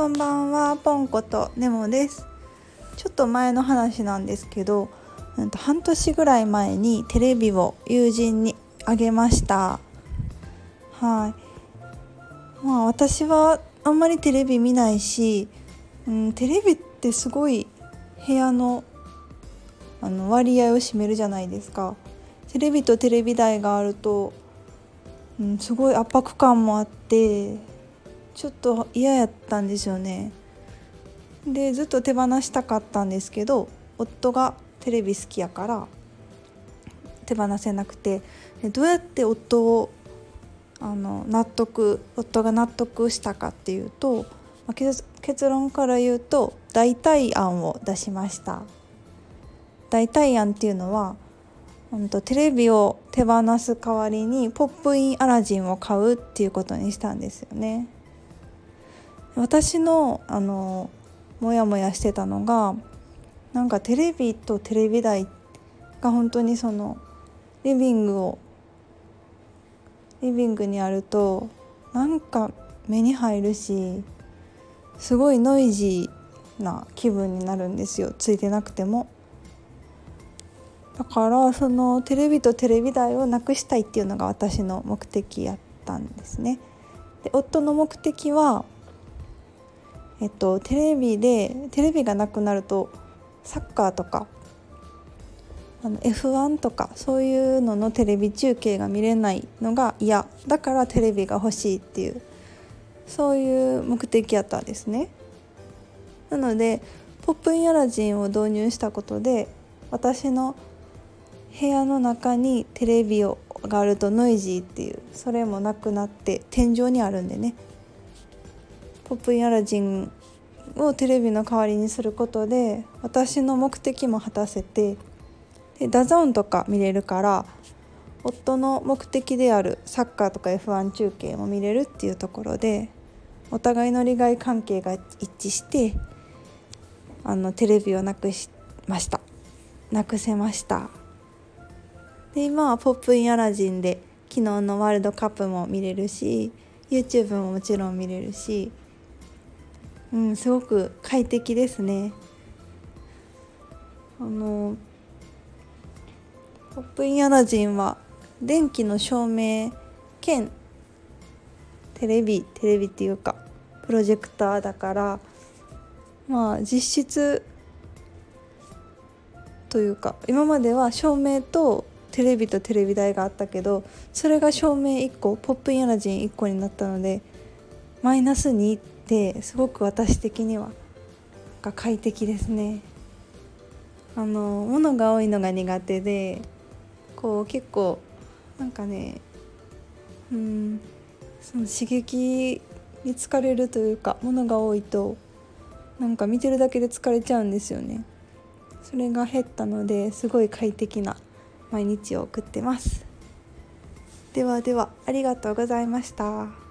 こんばんは、ポンことネモです。ちょっと前の話なんですけど、半年ぐらい前にテレビを友人にあげました。私はあんまりテレビ見ないし、テレビってすごい部屋の割合を占めるじゃないですか。テレビとテレビ台があると、すごい圧迫感もあってちょっと嫌やったんですよね。でずっと手放したかったんですけど、夫がテレビ好きやから手放せなくて、どうやって夫が納得したかっていうと、結論から言うと代替案を出しました。代替案っていうのは、テレビを手放す代わりにポップインアラジンを買うっていうことにしたんですよね。私のモヤモヤしてたのが、なんかテレビとテレビ台が本当にリビングにあるとなんか目に入るし、すごいノイジーな気分になるんですよ、ついてなくても。だからテレビとテレビ台をなくしたいっていうのが私の目的やったんですね。で、夫の目的はテレビがなくなるとサッカーとかF1 とかそういうののテレビ中継が見れないのが嫌だからテレビが欲しいっていう、そういう目的やったんですね。なのでポップインアラジンを導入したことで、私の部屋の中にテレビがあるとノイジーっていう、それもなくなって、天井にあるんでね、ポップインアラジンをテレビの代わりにすることで私の目的も果たせて、でダゾーンとか見れるから、夫の目的であるサッカーとか F1 中継も見れるっていうところで、お互いの利害関係が一致してテレビをなくせました。で、今はポップインアラジンで昨日のワールドカップも見れるし、 YouTube ももちろん見れるし、すごく快適ですね。ポップインアラジンは電気の照明兼テレビっていうかプロジェクターだから、実質というか、今までは照明とテレビとテレビ台があったけど、それが照明1個ポップインアラジン1個になったので、マイナス2ってすごく私的には快適ですね。物が多いのが苦手で、結構なんかね、その刺激に疲れるというか、物が多いとなんか見てるだけで疲れちゃうんですよね。それが減ったので、すごい快適な毎日を送ってます。ではありがとうございました。